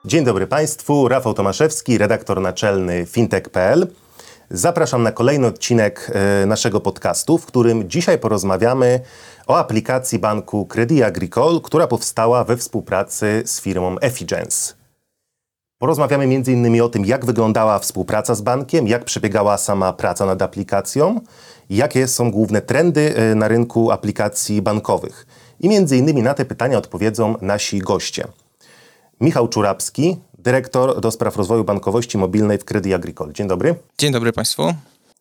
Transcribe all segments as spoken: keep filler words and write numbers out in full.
Dzień dobry Państwu, Rafał Tomaszewski, redaktor naczelny fintech kropka p l. Zapraszam na kolejny odcinek naszego podcastu, w którym dzisiaj porozmawiamy o aplikacji banku Crédit Agricole, która powstała we współpracy z firmą Efigence. Porozmawiamy między innymi o tym, jak wyglądała współpraca z bankiem, jak przebiegała sama praca nad aplikacją, jakie są główne trendy na rynku aplikacji bankowych. I między innymi na te pytania odpowiedzą nasi goście. Michał Czurapski, dyrektor do spraw rozwoju bankowości mobilnej w Crédit Agricole. Dzień dobry. Dzień dobry Państwu.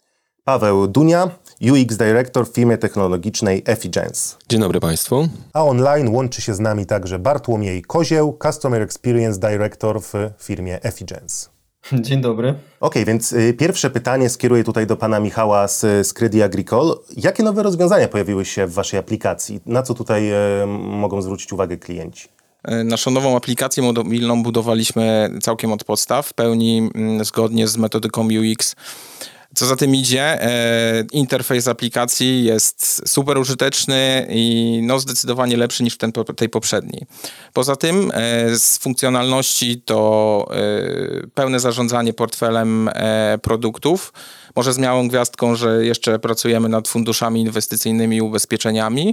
Paweł Dunia, U X Director w firmie technologicznej Efigence. Dzień dobry Państwu. A online łączy się z nami także Bartłomiej Kozieł, Customer Experience Director w firmie Efigence. Dzień dobry. Okej, okay, więc y, pierwsze pytanie skieruję tutaj do pana Michała z, z Crédit Agricole. Jakie nowe rozwiązania pojawiły się w waszej aplikacji? Na co tutaj y, mogą zwrócić uwagę klienci? Naszą nową aplikację mobilną budowaliśmy całkiem od podstaw, w pełni zgodnie z metodyką U X. Co za tym idzie, e, interfejs aplikacji jest super użyteczny i no zdecydowanie lepszy niż ten, tej poprzedniej. Poza tym e, z funkcjonalności to e, pełne zarządzanie portfelem e, produktów, może z małą gwiazdką, że jeszcze pracujemy nad funduszami inwestycyjnymi i ubezpieczeniami.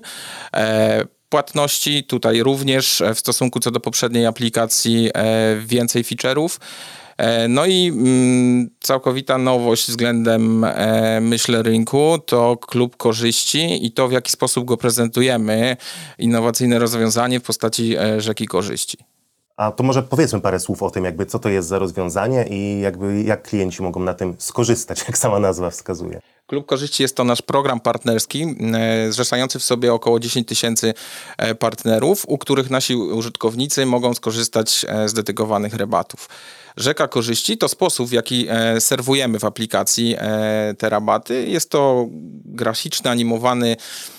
E, Płatności tutaj również w stosunku co do poprzedniej aplikacji e, więcej feature'ów. E, no i mm, całkowita nowość względem e, myślę rynku to klub korzyści i to w jaki sposób go prezentujemy. Innowacyjne rozwiązanie w postaci e, rzeki korzyści. A to może powiedzmy parę słów o tym, jakby co to jest za rozwiązanie i jakby jak klienci mogą na tym skorzystać, jak sama nazwa wskazuje. Klub Korzyści jest to nasz program partnerski, e, zrzeszający w sobie około dziesięć tysięcy e, partnerów, u których nasi użytkownicy mogą skorzystać e, z dedykowanych rabatów. Rzeka Korzyści to sposób, w jaki e, serwujemy w aplikacji e, te rabaty. Jest to graficzny, animowany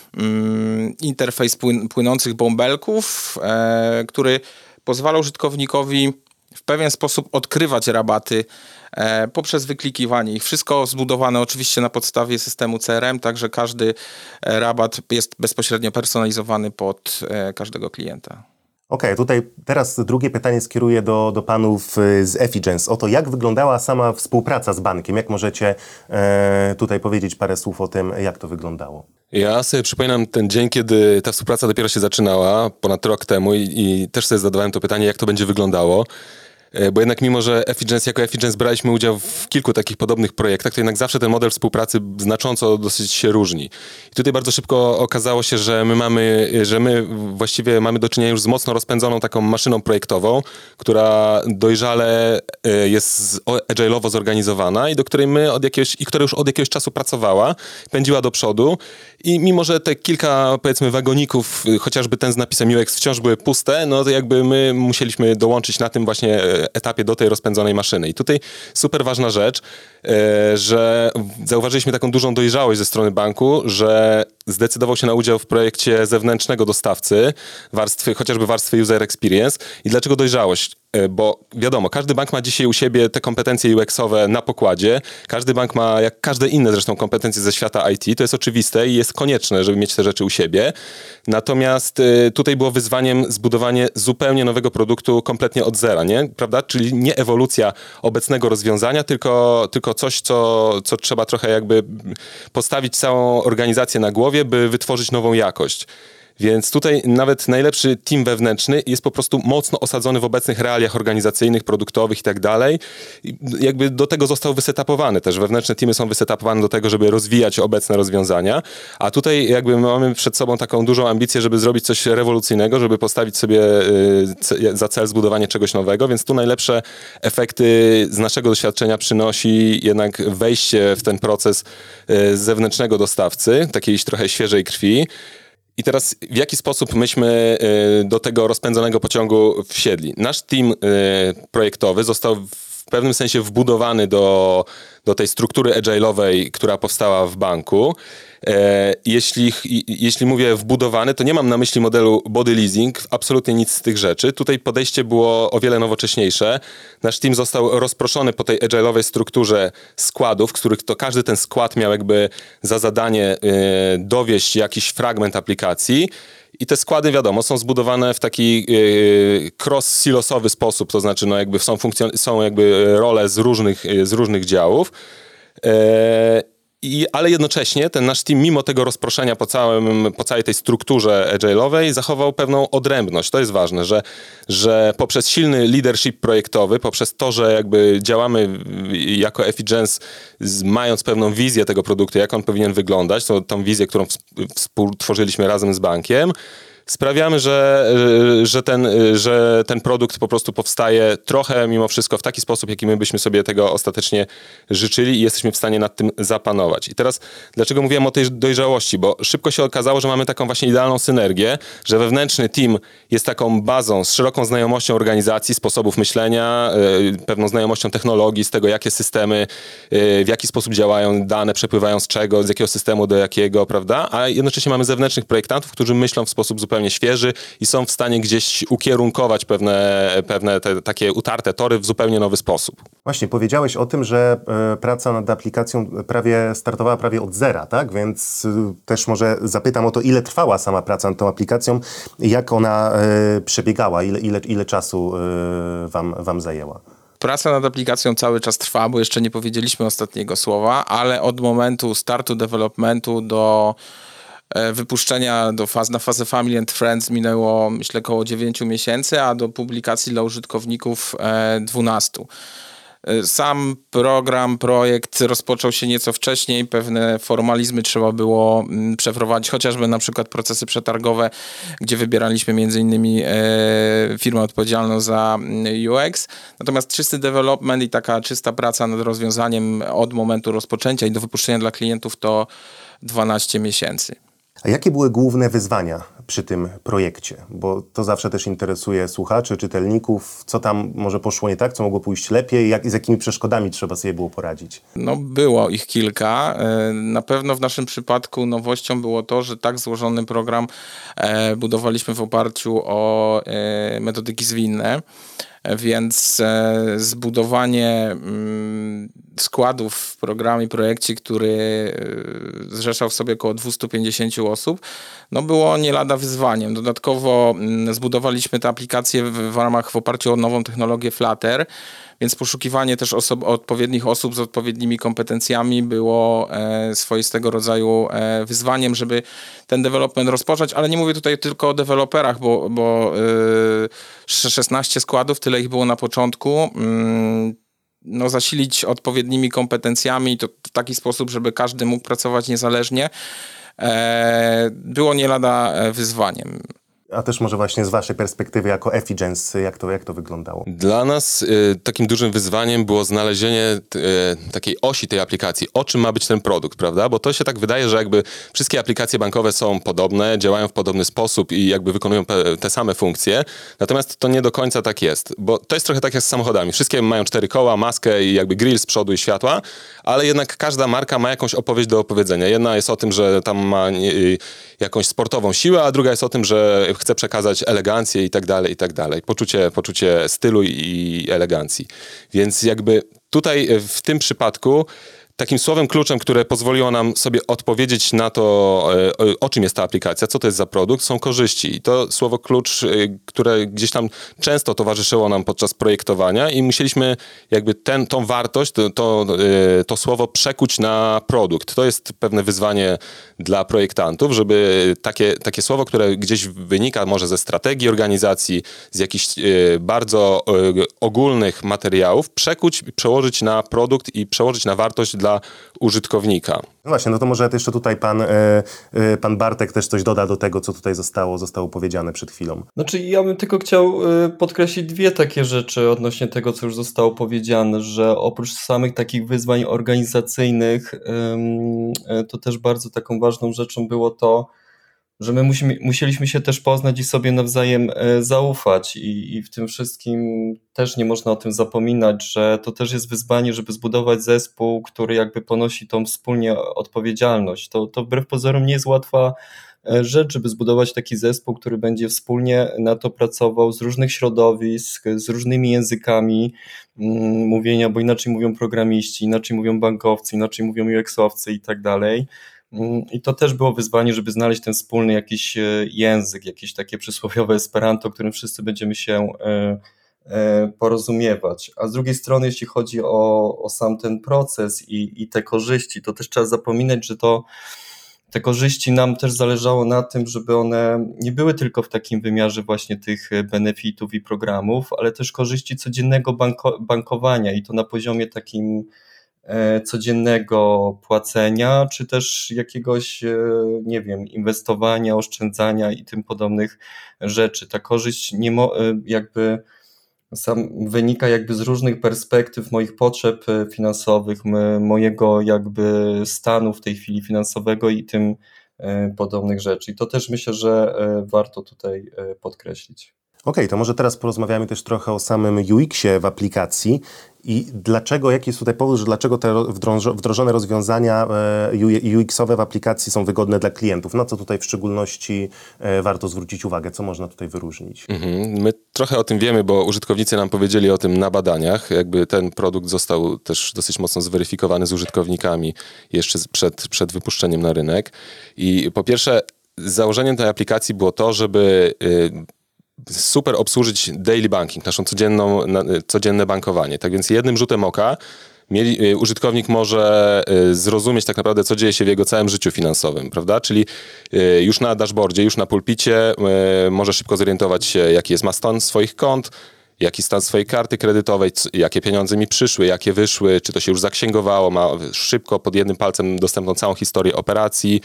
mm, interfejs płyn- płynących bąbelków, e, który pozwala użytkownikowi w pewien sposób odkrywać rabaty e, poprzez wyklikiwanie ich. Wszystko zbudowane oczywiście na podstawie systemu C R M, także każdy e, rabat jest bezpośrednio personalizowany pod e, każdego klienta. Okej, okay, tutaj teraz drugie pytanie skieruję do, do panów z Efigence. O to, jak wyglądała sama współpraca z bankiem? Jak możecie e, tutaj powiedzieć parę słów o tym, jak to wyglądało? Ja sobie przypominam ten dzień, kiedy ta współpraca dopiero się zaczynała, ponad rok temu i, i też sobie zadawałem to pytanie, jak to będzie wyglądało. Bo jednak mimo, że Efigence, jako Efigence braliśmy udział w kilku takich podobnych projektach, to jednak zawsze ten model współpracy znacząco dosyć się różni. I tutaj bardzo szybko okazało się, że my mamy, że my właściwie mamy do czynienia już z mocno rozpędzoną taką maszyną projektową, która dojrzale jest agile'owo zorganizowana i do której my od jakiegoś, i która już od jakiegoś czasu pracowała, pędziła do przodu i mimo, że te kilka, powiedzmy, wagoników, chociażby ten z napisem U X wciąż były puste, no to jakby my musieliśmy dołączyć na tym właśnie etapie do tej rozpędzonej maszyny. I tutaj super ważna rzecz, że zauważyliśmy taką dużą dojrzałość ze strony banku, że zdecydował się na udział w projekcie zewnętrznego dostawcy, warstwy, chociażby warstwy user experience. I dlaczego dojrzałość? Bo wiadomo, każdy bank ma dzisiaj u siebie te kompetencje U X-owe na pokładzie. Każdy bank ma, jak każde inne zresztą, kompetencje ze świata I T. To jest oczywiste i jest konieczne, żeby mieć te rzeczy u siebie. Natomiast y, tutaj było wyzwaniem zbudowanie zupełnie nowego produktu kompletnie od zera, nie? Prawda? Czyli nie ewolucja obecnego rozwiązania, tylko, tylko coś, co, co trzeba trochę jakby postawić całą organizację na głowie, by wytworzyć nową jakość. Więc tutaj nawet najlepszy team wewnętrzny jest po prostu mocno osadzony w obecnych realiach organizacyjnych, produktowych i tak dalej. Jakby do tego został wysetapowany też. Wewnętrzne teamy są wysetapowane do tego, żeby rozwijać obecne rozwiązania. A tutaj jakby mamy przed sobą taką dużą ambicję, żeby zrobić coś rewolucyjnego, żeby postawić sobie za cel zbudowanie czegoś nowego. Więc tu najlepsze efekty z naszego doświadczenia przynosi jednak wejście w ten proces z zewnętrznego dostawcy, takiej trochę świeżej krwi. I teraz w jaki sposób myśmy y, do tego rozpędzonego pociągu wsiedli? Nasz team y, projektowy został w pewnym sensie wbudowany do, do tej struktury agile'owej, która powstała w banku. E, jeśli, jeśli mówię wbudowany, to nie mam na myśli modelu body leasing, absolutnie nic z tych rzeczy. Tutaj podejście było o wiele nowocześniejsze. Nasz team został rozproszony po tej agile'owej strukturze składów, w których to każdy ten skład miał jakby za zadanie e, dowieść jakiś fragment aplikacji. I te składy, wiadomo, są zbudowane w taki yy, cross-silosowy sposób, to znaczy no jakby są, funkcjon- są jakby role z różnych, z różnych działów. Yy, I, ale jednocześnie ten nasz team, mimo tego rozproszenia po, całym, po całej tej strukturze agile'owej, zachował pewną odrębność. To jest ważne, że, że poprzez silny leadership projektowy, poprzez to, że jakby działamy jako Efigence, mając pewną wizję tego produktu, jak on powinien wyglądać, to, tą wizję, którą współtworzyliśmy razem z bankiem, sprawiamy, że, że, ten, że ten produkt po prostu powstaje trochę mimo wszystko w taki sposób, jaki my byśmy sobie tego ostatecznie życzyli i jesteśmy w stanie nad tym zapanować. I teraz dlaczego mówiłem o tej dojrzałości? Bo szybko się okazało, że mamy taką właśnie idealną synergię, że wewnętrzny team jest taką bazą z szeroką znajomością organizacji, sposobów myślenia, pewną znajomością technologii, z tego jakie systemy, w jaki sposób działają, dane przepływają z czego, z jakiego systemu do jakiego, prawda? A jednocześnie mamy zewnętrznych projektantów, którzy myślą w sposób zupełnie świeży i są w stanie gdzieś ukierunkować pewne, pewne te, takie utarte tory w zupełnie nowy sposób. Właśnie, powiedziałeś o tym, że y, praca nad aplikacją prawie startowała prawie od zera, tak? Więc y, też może zapytam o to, ile trwała sama praca nad tą aplikacją i jak ona y, przebiegała, ile, ile, ile czasu y, wam, wam zajęła? Praca nad aplikacją cały czas trwa, bo jeszcze nie powiedzieliśmy ostatniego słowa, ale od momentu startu developmentu do wypuszczenia do faz, na fazę Family and Friends minęło, myślę, około dziewięć miesięcy, a do publikacji dla użytkowników dwanaście. Sam program, projekt rozpoczął się nieco wcześniej, pewne formalizmy trzeba było przeprowadzić, chociażby na przykład procesy przetargowe, gdzie wybieraliśmy między innymi firmę odpowiedzialną za U X. Natomiast czysty development i taka czysta praca nad rozwiązaniem od momentu rozpoczęcia i do wypuszczenia dla klientów to dwanaście miesięcy. A jakie były główne wyzwania przy tym projekcie? Bo to zawsze też interesuje słuchaczy, czytelników. Co tam może poszło nie tak, co mogło pójść lepiej, jak, z jakimi przeszkodami trzeba sobie było poradzić? No było ich kilka. Na pewno w naszym przypadku nowością było to, że tak złożony program budowaliśmy w oparciu o metodyki zwinne. Więc e, zbudowanie mm, składów w programie, projekcie, który e, zrzeszał w sobie około dwieście pięćdziesiąt osób, no było nie lada wyzwaniem. Dodatkowo mm, zbudowaliśmy tę aplikację w, w ramach, w oparciu o nową technologię Flutter, więc poszukiwanie też osob, odpowiednich osób z odpowiednimi kompetencjami było e, swoistego rodzaju e, wyzwaniem, żeby ten development rozpocząć, ale nie mówię tutaj tylko o deweloperach, bo, bo e, szesnaście składów, tyle ich było na początku, mm, no zasilić odpowiednimi kompetencjami to w taki sposób, żeby każdy mógł pracować niezależnie, e, było nie lada wyzwaniem. A też może właśnie z waszej perspektywy jako Efigence, jak to, jak to wyglądało? Dla nas y, takim dużym wyzwaniem było znalezienie y, takiej osi tej aplikacji, o czym ma być ten produkt, prawda? Bo to się tak wydaje, że jakby wszystkie aplikacje bankowe są podobne, działają w podobny sposób i jakby wykonują pe- te same funkcje, natomiast to nie do końca tak jest, bo to jest trochę tak jak z samochodami. Wszystkie mają cztery koła, maskę i jakby grill z przodu i światła, ale jednak każda marka ma jakąś opowieść do opowiedzenia. Jedna jest o tym, że tam ma y, jakąś sportową siłę, a druga jest o tym, że chce przekazać elegancję i tak dalej, i tak dalej. Poczucie, poczucie stylu i elegancji. Więc jakby tutaj w tym przypadku takim słowem kluczem, które pozwoliło nam sobie odpowiedzieć na to, o czym jest ta aplikacja, co to jest za produkt, są korzyści. I to słowo klucz, które gdzieś tam często towarzyszyło nam podczas projektowania i musieliśmy jakby ten, tą wartość, to, to, to słowo przekuć na produkt. To jest pewne wyzwanie dla projektantów, żeby takie, takie słowo, które gdzieś wynika może ze strategii organizacji, z jakichś bardzo ogólnych materiałów, przekuć, przełożyć na produkt i przełożyć na wartość dla użytkownika. No właśnie, no to może jeszcze tutaj pan, e, e, pan Bartek też coś doda do tego, co tutaj zostało, zostało powiedziane przed chwilą. Znaczy ja bym tylko chciał e, podkreślić dwie takie rzeczy odnośnie tego, co już zostało powiedziane, że oprócz samych takich wyzwań organizacyjnych, e, to też bardzo taką ważną rzeczą było to, że my musimy, musieliśmy się też poznać i sobie nawzajem zaufać i, i w tym wszystkim też nie można o tym zapominać, że to też jest wyzwanie, żeby zbudować zespół, który jakby ponosi tą wspólnie odpowiedzialność. To, to wbrew pozorom nie jest łatwa rzecz, żeby zbudować taki zespół, który będzie wspólnie na to pracował z różnych środowisk, z różnymi językami mm, mówienia, bo inaczej mówią programiści, inaczej mówią bankowcy, inaczej mówią U X-owcy i tak dalej. I to też było wyzwanie, żeby znaleźć ten wspólny jakiś język, jakieś takie przysłowiowe Esperanto, którym wszyscy będziemy się porozumiewać. A z drugiej strony, jeśli chodzi o, o sam ten proces i, i te korzyści, to też trzeba zapominać, że to te korzyści nam też zależało na tym, żeby one nie były tylko w takim wymiarze właśnie tych benefitów i programów, ale też korzyści codziennego banko, bankowania i to na poziomie takim codziennego płacenia, czy też jakiegoś, nie wiem, inwestowania, oszczędzania i tym podobnych rzeczy. Ta korzyść nie mo- jakby sam wynika jakby z różnych perspektyw moich potrzeb finansowych, mojego jakby stanu w tej chwili finansowego i tym podobnych rzeczy. I to też myślę, że warto tutaj podkreślić. Okej, okay, to może teraz porozmawiamy też trochę o samym U X-ie w aplikacji i dlaczego, jaki jest tutaj powód, że dlaczego te wdrożone rozwiązania U X-owe w aplikacji są wygodne dla klientów? Na co tutaj w szczególności warto zwrócić uwagę? Co można tutaj wyróżnić? Mhm. My trochę o tym wiemy, bo użytkownicy nam powiedzieli o tym na badaniach. Jakby ten produkt został też dosyć mocno zweryfikowany z użytkownikami jeszcze przed, przed wypuszczeniem na rynek. I po pierwsze, założeniem tej aplikacji było to, żeby super obsłużyć daily banking, naszą codzienną, na, codzienne bankowanie. Tak więc jednym rzutem oka mieli, użytkownik może zrozumieć tak naprawdę, co dzieje się w jego całym życiu finansowym, prawda? Czyli już na dashboardzie, już na pulpicie może szybko zorientować się, jaki jest ma stan swoich kont, jaki stan swojej karty kredytowej, jakie pieniądze mi przyszły, jakie wyszły, czy to się już zaksięgowało, ma szybko pod jednym palcem dostępną całą historię operacji.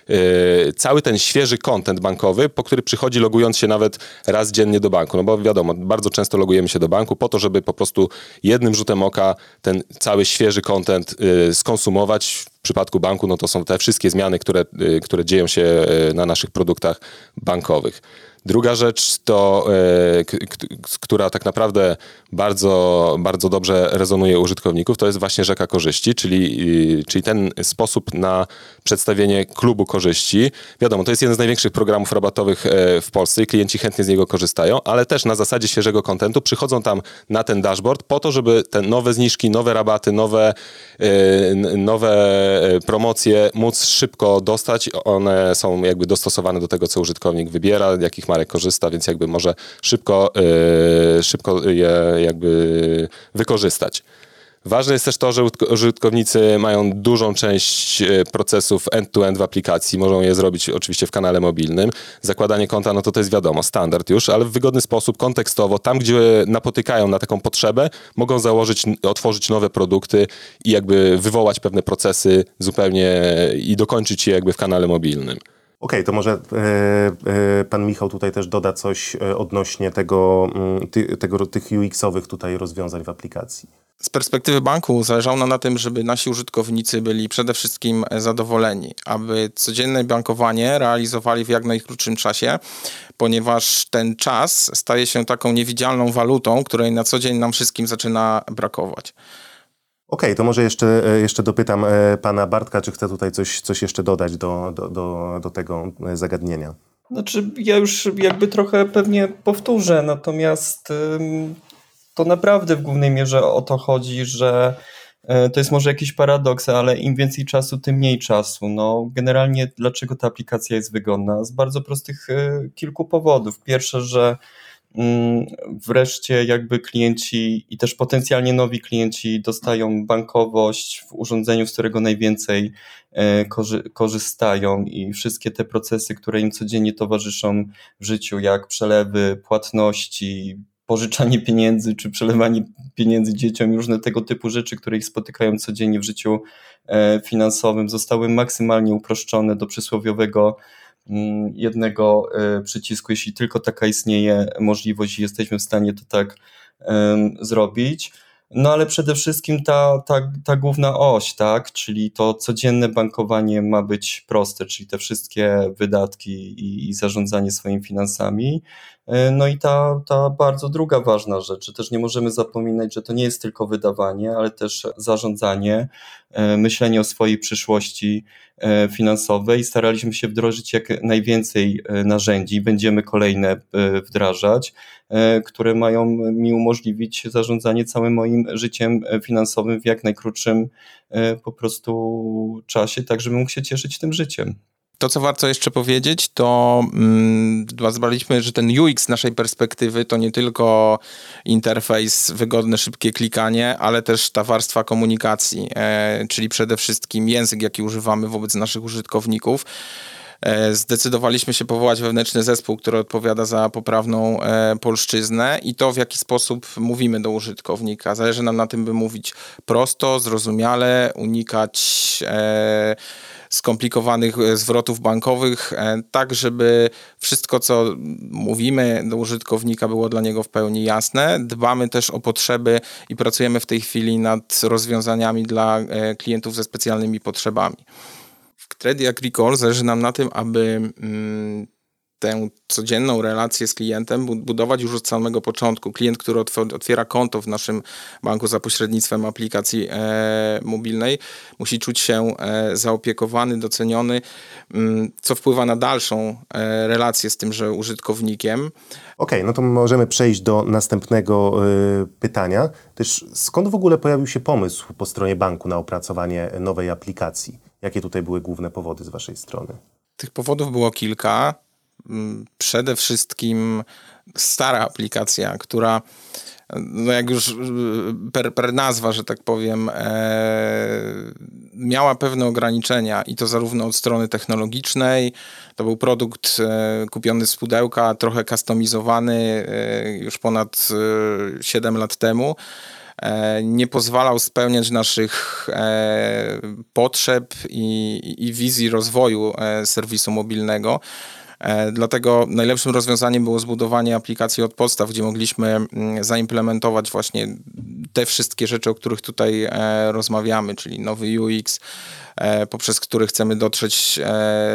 Yy, cały ten świeży content bankowy, po który przychodzi logując się nawet raz dziennie do banku, no bo wiadomo, bardzo często logujemy się do banku po to, żeby po prostu jednym rzutem oka ten cały świeży content yy, skonsumować. W przypadku banku no to są te wszystkie zmiany, które, yy, które dzieją się yy, na naszych produktach bankowych. Druga rzecz to, yy, k- k- która tak naprawdę bardzo, bardzo dobrze rezonuje u użytkowników, to jest właśnie rzeka korzyści, czyli, yy, czyli ten sposób na przedstawienie klubu korzyści. Wiadomo, to jest jeden z największych programów rabatowych yy, w Polsce i klienci chętnie z niego korzystają, ale też na zasadzie świeżego kontentu przychodzą tam na ten dashboard po to, żeby te nowe zniżki, nowe rabaty, nowe, yy, nowe promocje móc szybko dostać. One są jakby dostosowane do tego, co użytkownik wybiera, jakich marek korzysta, więc jakby może szybko, yy, szybko je jakby wykorzystać. Ważne jest też to, że użytkownicy mają dużą część procesów end-to-end w aplikacji. Mogą je zrobić oczywiście w kanale mobilnym. Zakładanie konta, no to to jest wiadomo, standard już, ale w wygodny sposób, kontekstowo, tam gdzie napotykają na taką potrzebę, mogą założyć, otworzyć nowe produkty i jakby wywołać pewne procesy zupełnie i dokończyć je jakby w kanale mobilnym. Okej, okay, to może e, e, pan Michał tutaj też doda coś odnośnie tego, ty, tego, tych U X-owych tutaj rozwiązań w aplikacji. Z perspektywy banku zależało nam na tym, żeby nasi użytkownicy byli przede wszystkim zadowoleni, aby codzienne bankowanie realizowali w jak najkrótszym czasie, ponieważ ten czas staje się taką niewidzialną walutą, której na co dzień nam wszystkim zaczyna brakować. Okej, okay, to może jeszcze, jeszcze dopytam pana Bartka, czy chce tutaj coś, coś jeszcze dodać do, do, do, do tego zagadnienia. Znaczy, ja już jakby trochę pewnie powtórzę, natomiast ym, to naprawdę w głównej mierze o to chodzi, że y, to jest może jakiś paradoks, ale im więcej czasu, tym mniej czasu. No, generalnie dlaczego ta aplikacja jest wygodna? Z bardzo prostych y, kilku powodów. Pierwsze, że wreszcie jakby klienci i też potencjalnie nowi klienci dostają bankowość w urządzeniu, z którego najwięcej korzy- korzystają i wszystkie te procesy, które im codziennie towarzyszą w życiu, jak przelewy, płatności, pożyczanie pieniędzy czy przelewanie pieniędzy dzieciom i różne tego typu rzeczy, które ich spotykają codziennie w życiu finansowym, zostały maksymalnie uproszczone do przysłowiowego jednego przycisku, jeśli tylko taka istnieje możliwość i jesteśmy w stanie to tak um, zrobić. No ale przede wszystkim ta, ta, ta główna oś, tak, czyli to codzienne bankowanie ma być proste, czyli te wszystkie wydatki i, i zarządzanie swoimi finansami. No i ta, ta bardzo druga ważna rzecz, że też nie możemy zapominać, że to nie jest tylko wydawanie, ale też zarządzanie, myślenie o swojej przyszłości finansowej. Staraliśmy się wdrożyć jak najwięcej narzędzi, będziemy kolejne wdrażać, które mają mi umożliwić zarządzanie całym moim życiem finansowym w jak najkrótszym po prostu czasie, tak żebym mógł się cieszyć tym życiem. To, co warto jeszcze powiedzieć, to mm, zbadaliśmy, że ten U X z naszej perspektywy to nie tylko interfejs, wygodne, szybkie klikanie, ale też ta warstwa komunikacji, e, czyli przede wszystkim język, jaki używamy wobec naszych użytkowników. E, zdecydowaliśmy się powołać wewnętrzny zespół, który odpowiada za poprawną e, polszczyznę i to, w jaki sposób mówimy do użytkownika. Zależy nam na tym, by mówić prosto, zrozumiale, unikać e, skomplikowanych zwrotów bankowych, tak żeby wszystko, co mówimy do użytkownika, było dla niego w pełni jasne. Dbamy też o potrzeby i pracujemy w tej chwili nad rozwiązaniami dla klientów ze specjalnymi potrzebami. W Crédit Agricole zależy nam na tym, aby mm, tę codzienną relację z klientem budować już od samego początku. Klient, który otwiera konto w naszym banku za pośrednictwem aplikacji e, mobilnej, musi czuć się e, zaopiekowany, doceniony, m, co wpływa na dalszą e, relację z tymże użytkownikiem. Okej, okay, no to możemy przejść do następnego y, pytania. Też skąd w ogóle pojawił się pomysł po stronie banku na opracowanie nowej aplikacji? Jakie tutaj były główne powody z waszej strony? Tych powodów było kilka. Przede wszystkim stara aplikacja, która, no jak już per, per nazwa, że tak powiem, e, miała pewne ograniczenia i to zarówno od strony technologicznej, to był produkt e, kupiony z pudełka, trochę customizowany e, już ponad e, siedem lat temu. Nie pozwalał spełniać naszych e, potrzeb i, i wizji rozwoju e, serwisu mobilnego. E, dlatego najlepszym rozwiązaniem było zbudowanie aplikacji od podstaw, gdzie mogliśmy m, zaimplementować właśnie te wszystkie rzeczy, o których tutaj e, rozmawiamy, czyli nowy U X, e, poprzez który chcemy dotrzeć e,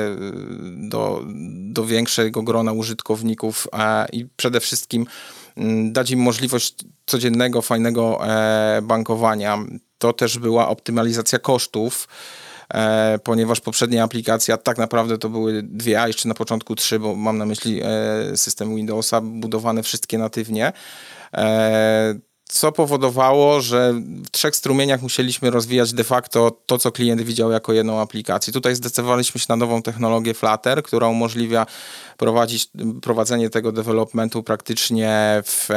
do, do większego grona użytkowników e, i przede wszystkim dać im możliwość codziennego, fajnego e, bankowania. To też była optymalizacja kosztów, e, ponieważ poprzednia aplikacja, tak naprawdę to były dwie, a jeszcze na początku trzy, bo mam na myśli e, system Windowsa, budowane wszystkie natywnie. E, co powodowało, że w trzech strumieniach musieliśmy rozwijać de facto to, co klient widział jako jedną aplikację. Tutaj zdecydowaliśmy się na nową technologię Flutter, która umożliwia prowadzić, prowadzenie tego developmentu praktycznie w,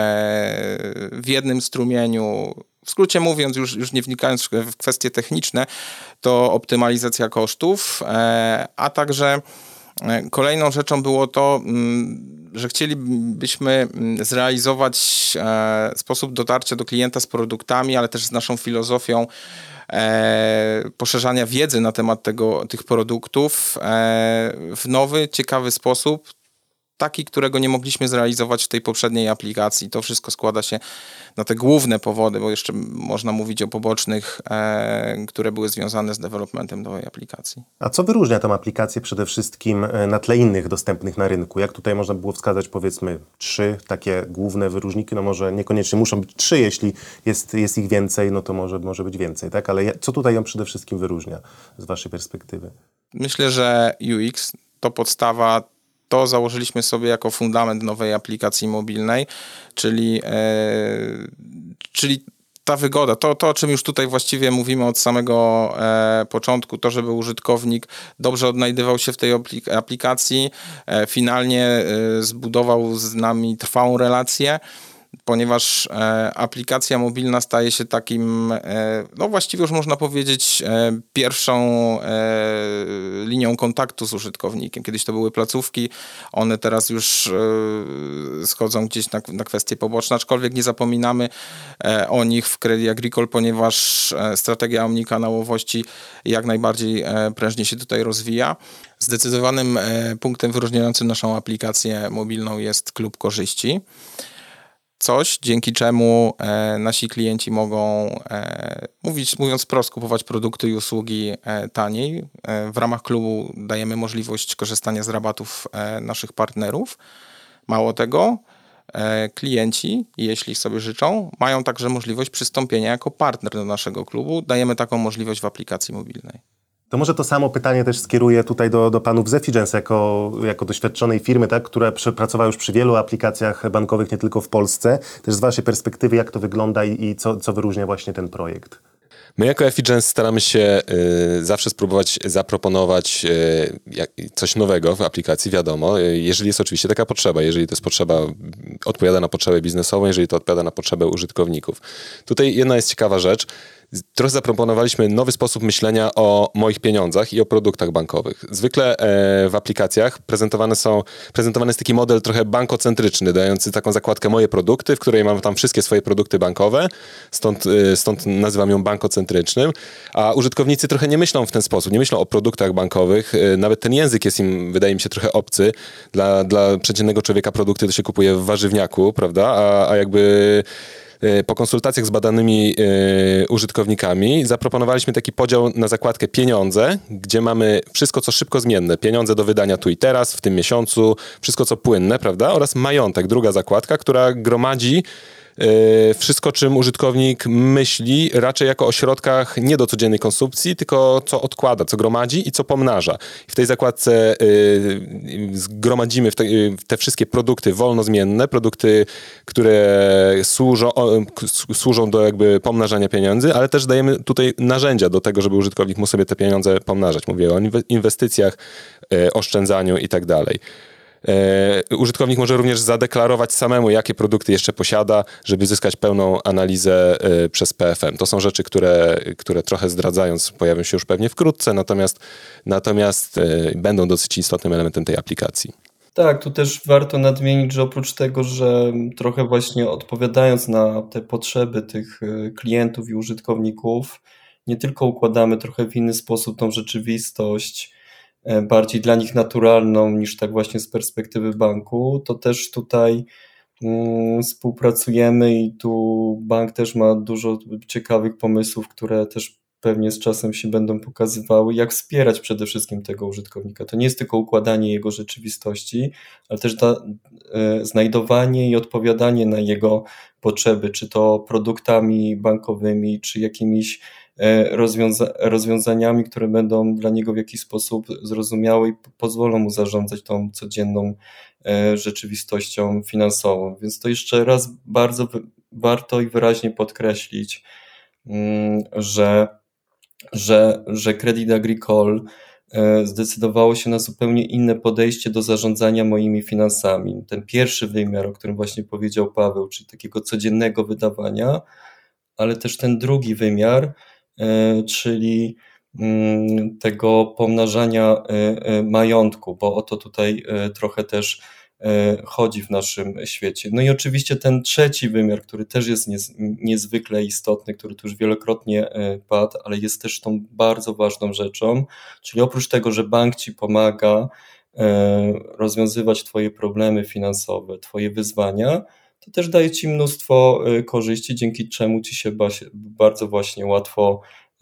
w jednym strumieniu. W skrócie mówiąc, już, już nie wnikając w kwestie techniczne, to optymalizacja kosztów, a także kolejną rzeczą było to, że chcielibyśmy zrealizować sposób dotarcia do klienta z produktami, ale też z naszą filozofią poszerzania wiedzy na temat tego, tych produktów w nowy, ciekawy sposób, taki, którego nie mogliśmy zrealizować w tej poprzedniej aplikacji. To wszystko składa się na te główne powody, bo jeszcze można mówić o pobocznych, e, które były związane z developmentem nowej aplikacji. A co wyróżnia tę aplikację przede wszystkim na tle innych dostępnych na rynku? Jak tutaj można było wskazać, powiedzmy, trzy takie główne wyróżniki? No może niekoniecznie muszą być trzy, jeśli jest, jest ich więcej, no to może, może być więcej, tak? Ale co tutaj ją przede wszystkim wyróżnia z waszej perspektywy? Myślę, że U X to podstawa. To założyliśmy sobie jako fundament nowej aplikacji mobilnej, czyli, e, czyli ta wygoda, to, to o czym już tutaj właściwie mówimy od samego e, początku, to żeby użytkownik dobrze odnajdywał się w tej aplik- aplikacji, e, finalnie e, zbudował z nami trwałą relację, ponieważ e, aplikacja mobilna staje się takim, e, no właściwie już można powiedzieć, e, pierwszą e, linią kontaktu z użytkownikiem. Kiedyś to były placówki, one teraz już e, schodzą gdzieś na, na kwestie poboczne, aczkolwiek nie zapominamy e, o nich w Crédit Agricole, ponieważ e, strategia omnikanałowości jak najbardziej e, prężnie się tutaj rozwija. Zdecydowanym e, punktem wyróżniającym naszą aplikację mobilną jest klub korzyści. Coś, dzięki czemu e, nasi klienci mogą, e, mówić, mówiąc wprost, kupować produkty i usługi e, taniej. E, w ramach klubu dajemy możliwość korzystania z rabatów e, naszych partnerów. Mało tego, e, klienci, jeśli sobie życzą, mają także możliwość przystąpienia jako partner do naszego klubu. Dajemy taką możliwość w aplikacji mobilnej. To może to samo pytanie też skieruję tutaj do, do panów z Efigence, jako, jako doświadczonej firmy, tak, która pracowała już przy wielu aplikacjach bankowych, nie tylko w Polsce. Też z waszej perspektywy, jak to wygląda i, i co, co wyróżnia właśnie ten projekt? My jako Efigence staramy się y, zawsze spróbować zaproponować y, jak, coś nowego w aplikacji, wiadomo, y, jeżeli jest oczywiście taka potrzeba, jeżeli to jest potrzeba, odpowiada na potrzebę biznesową, jeżeli to odpowiada na potrzebę użytkowników. Tutaj jedna jest ciekawa rzecz. Trochę zaproponowaliśmy nowy sposób myślenia o moich pieniądzach i o produktach bankowych. Zwykle e, w aplikacjach prezentowane są, prezentowany jest taki model trochę bankocentryczny, dający taką zakładkę moje produkty, w której mam tam wszystkie swoje produkty bankowe, stąd, e, stąd nazywam ją bankocentrycznym, a użytkownicy trochę nie myślą w ten sposób, nie myślą o produktach bankowych, e, nawet ten język jest im, wydaje mi się, trochę obcy. Dla, dla przeciętnego człowieka produkty to się kupuje w warzywniaku, prawda, a, a jakby... Po konsultacjach z badanymi y, użytkownikami zaproponowaliśmy taki podział na zakładkę pieniądze, gdzie mamy wszystko, co szybko zmienne, pieniądze do wydania tu i teraz, w tym miesiącu, wszystko, co płynne, prawda, oraz majątek, druga zakładka, która gromadzi y, wszystko, czym użytkownik myśli, raczej jako o środkach nie do codziennej konsumpcji, tylko co odkłada, co gromadzi i co pomnaża. I w tej zakładce y, zgromadzimy w te, y, te wszystkie produkty wolnozmienne, produkty, które służą, o, służą do jakby pomnażania pieniędzy, ale też dajemy tutaj narzędzia do tego, żeby użytkownik mógł sobie te pieniądze pomnażać. Mówię o inwestycjach, y, oszczędzaniu i tak dalej. E, użytkownik może również zadeklarować samemu, jakie produkty jeszcze posiada, żeby zyskać pełną analizę e, przez P F M. To są rzeczy, które, które trochę zdradzając pojawią się już pewnie wkrótce, natomiast, natomiast e, będą dosyć istotnym elementem tej aplikacji. Tak, tu też warto nadmienić, że oprócz tego, że trochę właśnie odpowiadając na te potrzeby tych klientów i użytkowników, nie tylko układamy trochę w inny sposób tą rzeczywistość, bardziej dla nich naturalną niż tak właśnie z perspektywy banku, to też tutaj mm, współpracujemy i tu bank też ma dużo ciekawych pomysłów, które też pewnie z czasem się będą pokazywały, jak wspierać przede wszystkim tego użytkownika. To nie jest tylko układanie jego rzeczywistości, ale też da, e, znajdowanie i odpowiadanie na jego potrzeby, czy to produktami bankowymi, czy jakimiś Rozwiąza- rozwiązaniami, które będą dla niego w jakiś sposób zrozumiałe i pozwolą mu zarządzać tą codzienną e, rzeczywistością finansową. Więc to jeszcze raz bardzo wy- warto i wyraźnie podkreślić, mm, że, że, że Crédit Agricole e, zdecydowało się na zupełnie inne podejście do zarządzania moimi finansami. Ten pierwszy wymiar, o którym właśnie powiedział Paweł, czyli takiego codziennego wydawania, ale też ten drugi wymiar, czyli tego pomnażania majątku, bo o to tutaj trochę też chodzi w naszym świecie. No i oczywiście ten trzeci wymiar, który też jest niezwykle istotny, który tu już wielokrotnie padł, ale jest też tą bardzo ważną rzeczą, czyli oprócz tego, że bank ci pomaga rozwiązywać twoje problemy finansowe, twoje wyzwania, to też daje ci mnóstwo korzyści, dzięki czemu ci się bardzo właśnie łatwo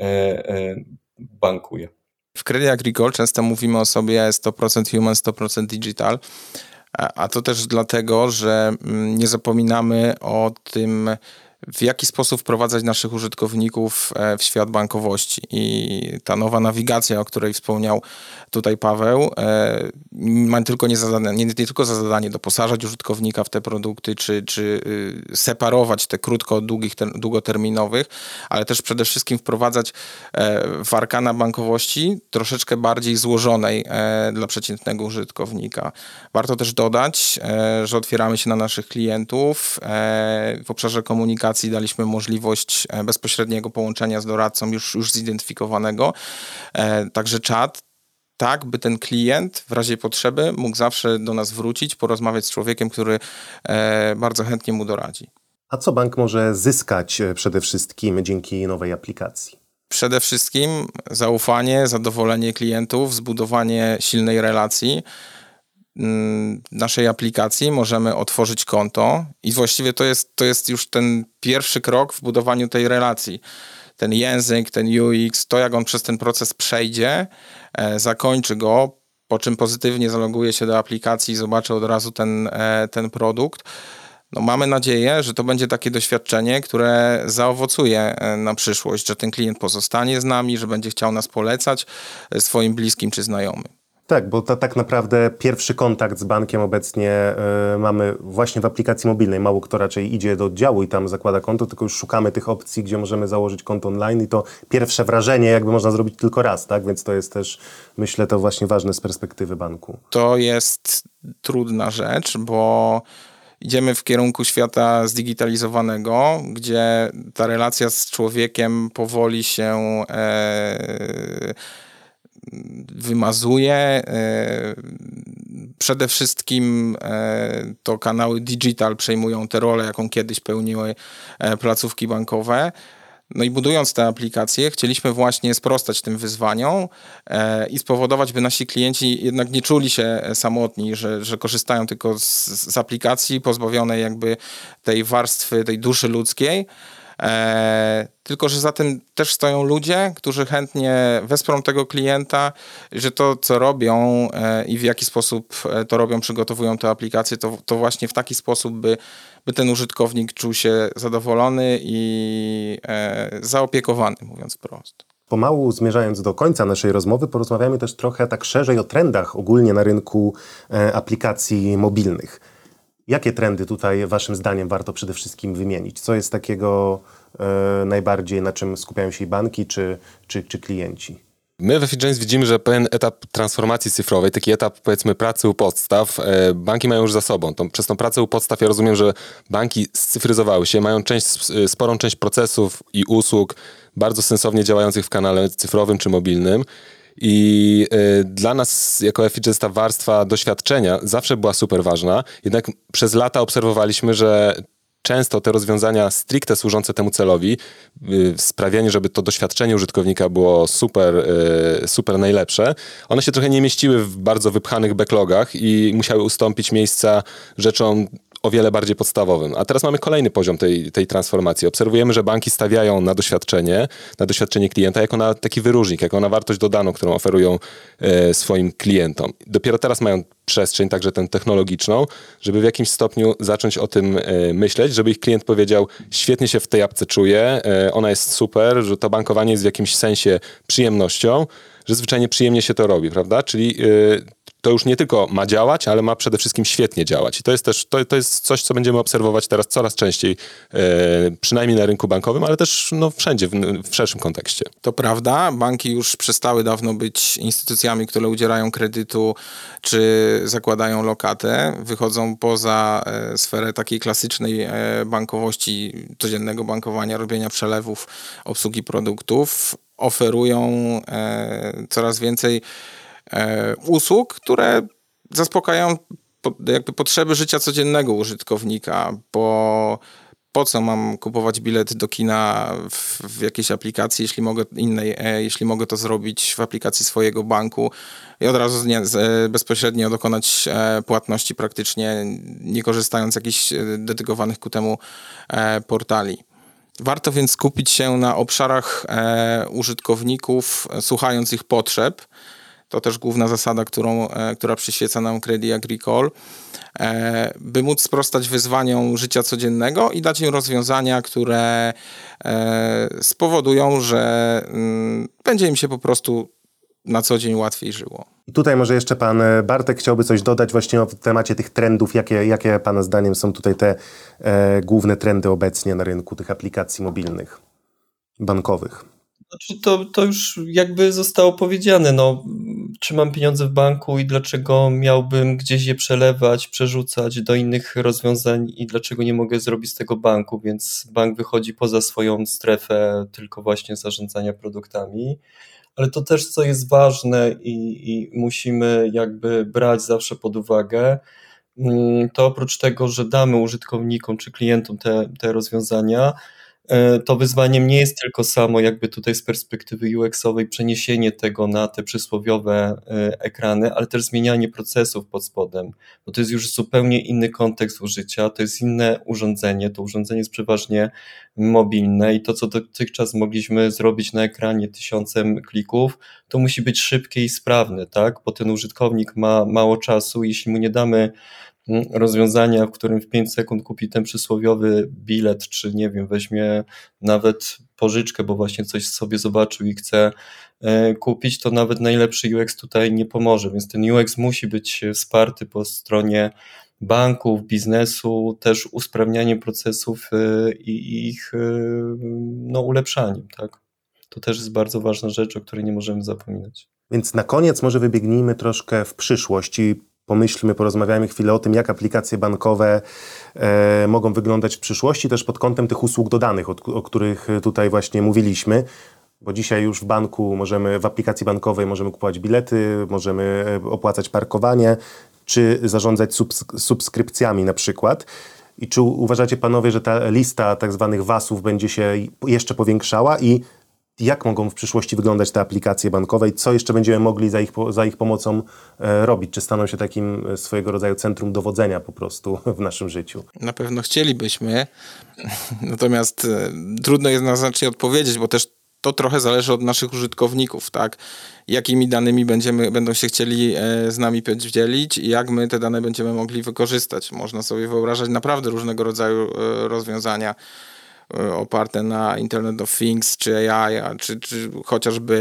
bankuje. W Crédit Agricole często mówimy o sobie sto procent human, sto procent digital, a to też dlatego, że nie zapominamy o tym, w jaki sposób wprowadzać naszych użytkowników w świat bankowości. I ta nowa nawigacja, o której wspomniał tutaj Paweł, ma tylko nie, zadane, nie, nie tylko za zadanie doposażać użytkownika w te produkty, czy, czy separować te krótko od długich, długoterminowych, ale też przede wszystkim wprowadzać w arkana bankowości troszeczkę bardziej złożonej dla przeciętnego użytkownika. Warto też dodać, że otwieramy się na naszych klientów w obszarze komunikacji. Daliśmy możliwość bezpośredniego połączenia z doradcą już, już zidentyfikowanego. Także czat, tak by ten klient w razie potrzeby mógł zawsze do nas wrócić, porozmawiać z człowiekiem, który bardzo chętnie mu doradzi. A co bank może zyskać przede wszystkim dzięki nowej aplikacji? Przede wszystkim zaufanie, zadowolenie klientów, zbudowanie silnej relacji. Naszej aplikacji możemy otworzyć konto i właściwie to jest, to jest już ten pierwszy krok w budowaniu tej relacji. Ten język, ten U X, to jak on przez ten proces przejdzie, e, zakończy go, po czym pozytywnie zaloguje się do aplikacji i zobaczy od razu ten, ten produkt. No mamy nadzieję, że to będzie takie doświadczenie, które zaowocuje na przyszłość, że ten klient pozostanie z nami, że będzie chciał nas polecać swoim bliskim czy znajomym. Tak, bo to tak naprawdę pierwszy kontakt z bankiem obecnie y, mamy właśnie w aplikacji mobilnej. Mało kto raczej idzie do oddziału i tam zakłada konto, tylko już szukamy tych opcji, gdzie możemy założyć konto online i to pierwsze wrażenie jakby można zrobić tylko raz, tak? Więc to jest też, myślę, to właśnie ważne z perspektywy banku. To jest trudna rzecz, bo idziemy w kierunku świata zdigitalizowanego, gdzie ta relacja z człowiekiem powoli się e, wymazuje. E, przede wszystkim e, to kanały digital przejmują tę rolę, jaką kiedyś pełniły e, placówki bankowe. No i budując te aplikacje, chcieliśmy właśnie sprostać tym wyzwaniom e, i spowodować, by nasi klienci jednak nie czuli się samotni, że, że korzystają tylko z, z aplikacji pozbawionej jakby tej warstwy, tej duszy ludzkiej. E, tylko, że za tym też stoją ludzie, którzy chętnie wesprą tego klienta, że to, co robią e, i w jaki sposób to robią, przygotowują te aplikacje, to, to właśnie w taki sposób, by, by ten użytkownik czuł się zadowolony i e, zaopiekowany, mówiąc wprost. Pomału zmierzając do końca naszej rozmowy, porozmawiamy też trochę tak szerzej o trendach ogólnie na rynku e, aplikacji mobilnych. Jakie trendy tutaj waszym zdaniem warto przede wszystkim wymienić? Co jest takiego e, najbardziej, na czym skupiają się banki czy, czy, czy klienci? My w Efficience widzimy, że pewien etap transformacji cyfrowej, taki etap powiedzmy pracy u podstaw, e, banki mają już za sobą. Tą, przez tą pracę u podstaw ja rozumiem, że banki scyfryzowały się, mają część, sporą część procesów i usług bardzo sensownie działających w kanale cyfrowym czy mobilnym. I y, dla nas jako Efficience ta warstwa doświadczenia zawsze była super ważna, jednak przez lata obserwowaliśmy, że często te rozwiązania stricte służące temu celowi, y, sprawianie, żeby to doświadczenie użytkownika było super, y, super najlepsze, one się trochę nie mieściły w bardzo wypchanych backlogach i musiały ustąpić miejsca rzeczom o wiele bardziej podstawowym. A teraz mamy kolejny poziom tej, tej transformacji. Obserwujemy, że banki stawiają na doświadczenie, na doświadczenie klienta jako na taki wyróżnik, jako na wartość dodaną, którą oferują e, swoim klientom. Dopiero teraz mają przestrzeń, także tę technologiczną, żeby w jakimś stopniu zacząć o tym e, myśleć, żeby ich klient powiedział, świetnie się w tej apce czuję, e, ona jest super, że to bankowanie jest w jakimś sensie przyjemnością, że zwyczajnie przyjemnie się to robi, prawda? Czyli e, to już nie tylko ma działać, ale ma przede wszystkim świetnie działać. I to jest też to, to jest coś, co będziemy obserwować teraz coraz częściej, e, przynajmniej na rynku bankowym, ale też no, wszędzie, w, w szerszym kontekście. To prawda, banki już przestały dawno być instytucjami, które udzielają kredytu czy zakładają lokatę. Wychodzą poza e, sferę takiej klasycznej e, bankowości, codziennego bankowania, robienia przelewów, obsługi produktów. Oferują e, coraz więcej E, usług, które zaspokajają po, jakby potrzeby życia codziennego użytkownika, bo po co mam kupować bilet do kina w, w jakiejś aplikacji, jeśli mogę innej, e, jeśli mogę to zrobić w aplikacji swojego banku i od razu nie, z, bezpośrednio dokonać e, płatności praktycznie nie korzystając z jakichś dedykowanych ku temu e, portali. Warto więc skupić się na obszarach e, użytkowników, słuchając ich potrzeb. To też główna zasada, którą, e, która przyświeca nam Crédit Agricole, e, by móc sprostać wyzwaniom życia codziennego i dać im rozwiązania, które e, spowodują, że m, będzie im się po prostu na co dzień łatwiej żyło. I tutaj może jeszcze pan Bartek chciałby coś dodać właśnie o temacie tych trendów. Jakie, jakie pana zdaniem są tutaj te e, główne trendy obecnie na rynku tych aplikacji mobilnych, bankowych? Znaczy to, to już jakby zostało powiedziane, no, trzymam pieniądze w banku i dlaczego miałbym gdzieś je przelewać, przerzucać do innych rozwiązań i dlaczego nie mogę zrobić z tego banku, więc bank wychodzi poza swoją strefę tylko właśnie zarządzania produktami, ale to też co jest ważne i, i musimy jakby brać zawsze pod uwagę, to oprócz tego, że damy użytkownikom czy klientom te, te rozwiązania, to wyzwaniem nie jest tylko samo jakby tutaj z perspektywy U X-owej przeniesienie tego na te przysłowiowe ekrany, ale też zmienianie procesów pod spodem, bo to jest już zupełnie inny kontekst użycia, to jest inne urządzenie, to urządzenie jest przeważnie mobilne i to, co dotychczas mogliśmy zrobić na ekranie tysiącem klików, to musi być szybkie i sprawne, tak? Bo ten użytkownik ma mało czasu, jeśli mu nie damy rozwiązania, w którym w pięć sekund kupi ten przysłowiowy bilet, czy nie wiem, weźmie nawet pożyczkę, bo właśnie coś sobie zobaczył i chce kupić, to nawet najlepszy U X tutaj nie pomoże, więc ten U X musi być wsparty po stronie banków, biznesu, też usprawnianiem procesów i ich no, ulepszaniem, tak? To też jest bardzo ważna rzecz, o której nie możemy zapominać. Więc na koniec może wybiegnijmy troszkę w przyszłość i pomyślmy, porozmawiajmy chwilę o tym, jak aplikacje bankowe e, mogą wyglądać w przyszłości, też pod kątem tych usług dodanych, o, o których tutaj właśnie mówiliśmy, bo dzisiaj już w banku możemy, w aplikacji bankowej możemy kupować bilety, możemy opłacać parkowanie, czy zarządzać subs- subskrypcjami na przykład. I czy uważacie panowie, że ta lista tak zwanych V A S-ów będzie się jeszcze powiększała i jak mogą w przyszłości wyglądać te aplikacje bankowe i co jeszcze będziemy mogli za ich, za ich pomocą e, robić? Czy staną się takim swojego rodzaju centrum dowodzenia po prostu w naszym życiu? Na pewno chcielibyśmy, natomiast e, trudno jest naznacznie odpowiedzieć, bo też to trochę zależy od naszych użytkowników, tak? Jakimi danymi będziemy, będą się chcieli e, z nami podzielić i jak my te dane będziemy mogli wykorzystać. Można sobie wyobrażać naprawdę różnego rodzaju e, rozwiązania oparte na Internet of Things, czy A I, a, czy, czy chociażby,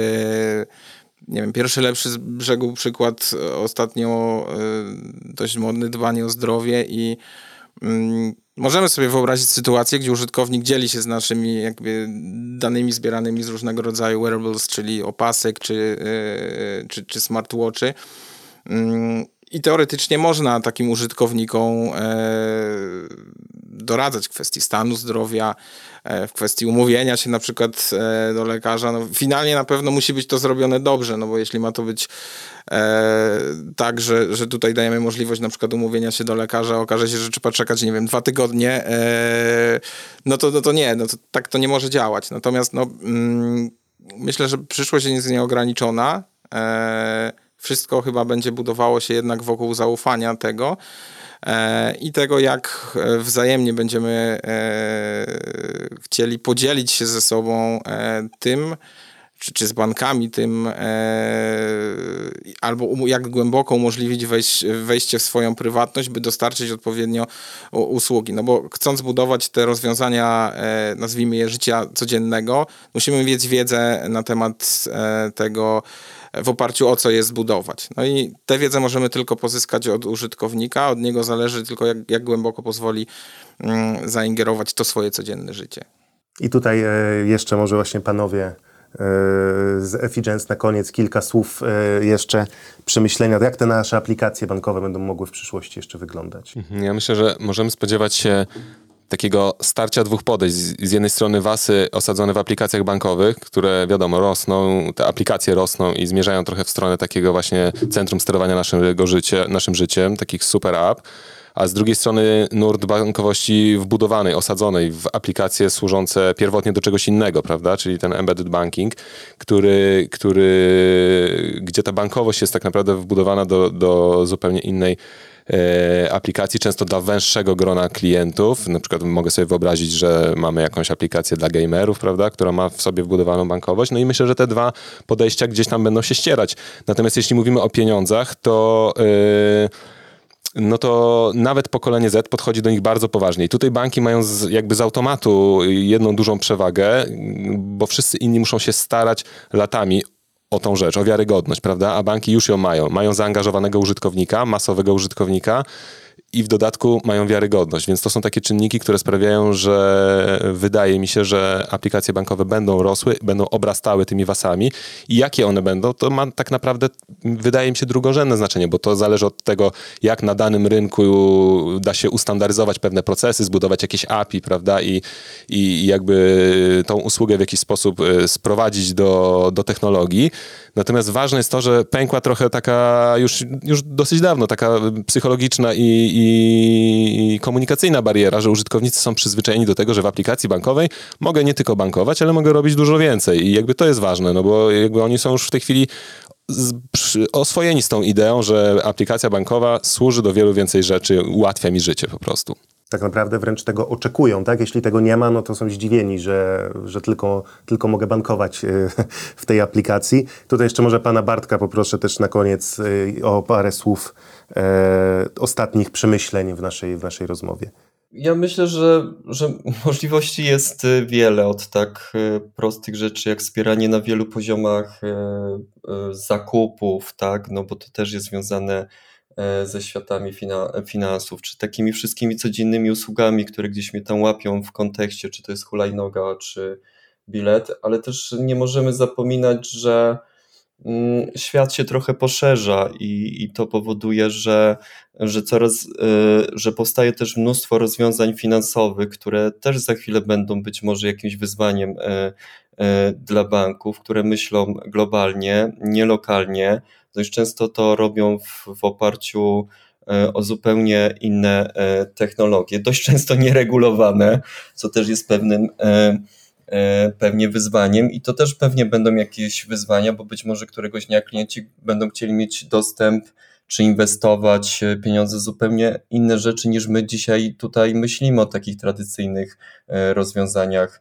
nie wiem, pierwszy lepszy z brzegu przykład ostatnio dość modny, dbanie o zdrowie i mm, możemy sobie wyobrazić sytuację, gdzie użytkownik dzieli się z naszymi jakby danymi zbieranymi z różnego rodzaju wearables, czyli opasek, czy, yy, czy, czy smartwatchy. Yy, I teoretycznie można takim użytkownikom e, doradzać w kwestii stanu zdrowia, e, w kwestii umówienia się na przykład e, do lekarza. No, finalnie na pewno musi być to zrobione dobrze, no bo jeśli ma to być e, tak, że, że tutaj dajemy możliwość na przykład umówienia się do lekarza, okaże się, że trzeba czekać, nie wiem, dwa tygodnie, e, no, to, no to nie, no to tak to nie może działać. Natomiast no, mm, myślę, że przyszłość jest nieograniczona. E, Wszystko chyba będzie budowało się jednak wokół zaufania tego e, i tego, jak wzajemnie będziemy e, chcieli podzielić się ze sobą e, tym, czy, czy z bankami tym, e, albo um, jak głęboko umożliwić wejś, wejście w swoją prywatność, by dostarczyć odpowiednio usługi. No bo chcąc budować te rozwiązania, e, nazwijmy je życia codziennego, musimy mieć wiedzę na temat e, tego, w oparciu o co je zbudować. No i tę wiedzę możemy tylko pozyskać od użytkownika, od niego zależy tylko jak, jak głęboko pozwoli mm, zaingerować to swoje codzienne życie. I tutaj e, jeszcze może właśnie panowie e, z Efigence na koniec kilka słów e, jeszcze przemyślenia, jak te nasze aplikacje bankowe będą mogły w przyszłości jeszcze wyglądać. Ja myślę, że możemy spodziewać się takiego starcia dwóch podejść. Z jednej strony V A S-y osadzone w aplikacjach bankowych, które wiadomo rosną, te aplikacje rosną i zmierzają trochę w stronę takiego właśnie centrum sterowania naszego życia, naszym życiem, takich super app, a z drugiej strony nurt bankowości wbudowanej, osadzonej w aplikacje służące pierwotnie do czegoś innego, prawda? Czyli ten embedded banking, który, który, gdzie ta bankowość jest tak naprawdę wbudowana do, do zupełnie innej aplikacji, często dla węższego grona klientów. Na przykład mogę sobie wyobrazić, że mamy jakąś aplikację dla gamerów, prawda, która ma w sobie wbudowaną bankowość. No i myślę, że te dwa podejścia gdzieś tam będą się ścierać. Natomiast jeśli mówimy o pieniądzach, to yy, no to nawet pokolenie Z podchodzi do nich bardzo poważnie. I tutaj banki mają z, jakby z automatu jedną dużą przewagę, bo wszyscy inni muszą się starać latami o tą rzecz, o wiarygodność, prawda? A banki już ją mają. Mają zaangażowanego użytkownika, masowego użytkownika i w dodatku mają wiarygodność. Więc to są takie czynniki, które sprawiają, że wydaje mi się, że aplikacje bankowe będą rosły, będą obrastały tymi V A S-ami. I jakie one będą, to ma tak naprawdę, wydaje mi się, drugorzędne znaczenie, bo to zależy od tego, jak na danym rynku da się ustandaryzować pewne procesy, zbudować jakieś A P I, prawda? I, i jakby tą usługę w jakiś sposób sprowadzić do, do technologii. Natomiast ważne jest to, że pękła trochę taka już, już dosyć dawno, taka psychologiczna i i komunikacyjna bariera, że użytkownicy są przyzwyczajeni do tego, że w aplikacji bankowej mogę nie tylko bankować, ale mogę robić dużo więcej i jakby to jest ważne, no bo jakby oni są już w tej chwili z, przy, oswojeni z tą ideą, że aplikacja bankowa służy do wielu więcej rzeczy, ułatwia mi życie po prostu. Tak naprawdę wręcz tego oczekują, tak? Jeśli tego nie ma, no to są zdziwieni, że, że tylko, tylko mogę bankować w tej aplikacji. Tutaj jeszcze może pana Bartka poproszę też na koniec o parę słów e, ostatnich przemyśleń w naszej, w naszej rozmowie. Ja myślę, że, że możliwości jest wiele, od tak prostych rzeczy jak wspieranie na wielu poziomach zakupów, tak? No bo to też jest związane ze światami finansów, czy takimi wszystkimi codziennymi usługami, które gdzieś mnie tam łapią w kontekście, czy to jest hulajnoga, czy bilet, ale też nie możemy zapominać, że świat się trochę poszerza i, i to powoduje, że, że coraz, że powstaje też mnóstwo rozwiązań finansowych, które też za chwilę będą być może jakimś wyzwaniem dla banków, które myślą globalnie, nie lokalnie. Dość często to robią w, w oparciu o zupełnie inne technologie, dość często nieregulowane, co też jest pewnym pewnie wyzwaniem i to też pewnie będą jakieś wyzwania, bo być może któregoś dnia klienci będą chcieli mieć dostęp czy inwestować pieniądze w zupełnie inne rzeczy niż my dzisiaj tutaj myślimy o takich tradycyjnych rozwiązaniach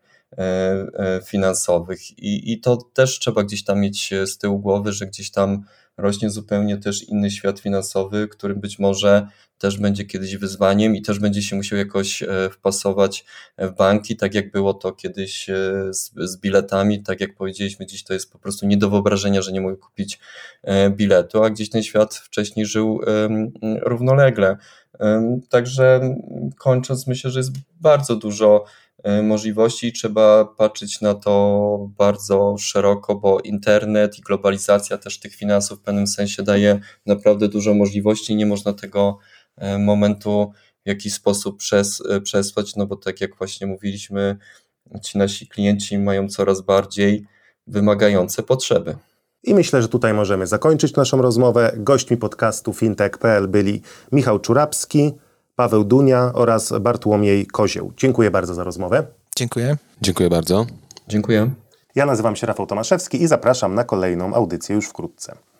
finansowych i, i to też trzeba gdzieś tam mieć z tyłu głowy, że gdzieś tam rośnie zupełnie też inny świat finansowy, który być może też będzie kiedyś wyzwaniem i też będzie się musiał jakoś wpasować w banki, tak jak było to kiedyś z, z biletami, tak jak powiedzieliśmy, dziś to jest po prostu nie do wyobrażenia, że nie mogę kupić biletu, a gdzieś ten świat wcześniej żył równolegle. Także kończąc, myślę, że jest bardzo dużo możliwości i trzeba patrzeć na to bardzo szeroko, bo internet i globalizacja też tych finansów w pewnym sensie daje naprawdę dużo możliwości i nie można tego momentu w jakiś sposób przes, przesłać, no bo tak jak właśnie mówiliśmy, ci nasi klienci mają coraz bardziej wymagające potrzeby. I myślę, że tutaj możemy zakończyć naszą rozmowę. Gośćmi podcastu fintech kropka p l byli Michał Czurapski, Paweł Dunia oraz Bartłomiej Kozieł. Dziękuję bardzo za rozmowę. Dziękuję. Dziękuję bardzo. Dziękuję. Ja nazywam się Rafał Tomaszewski i zapraszam na kolejną audycję już wkrótce.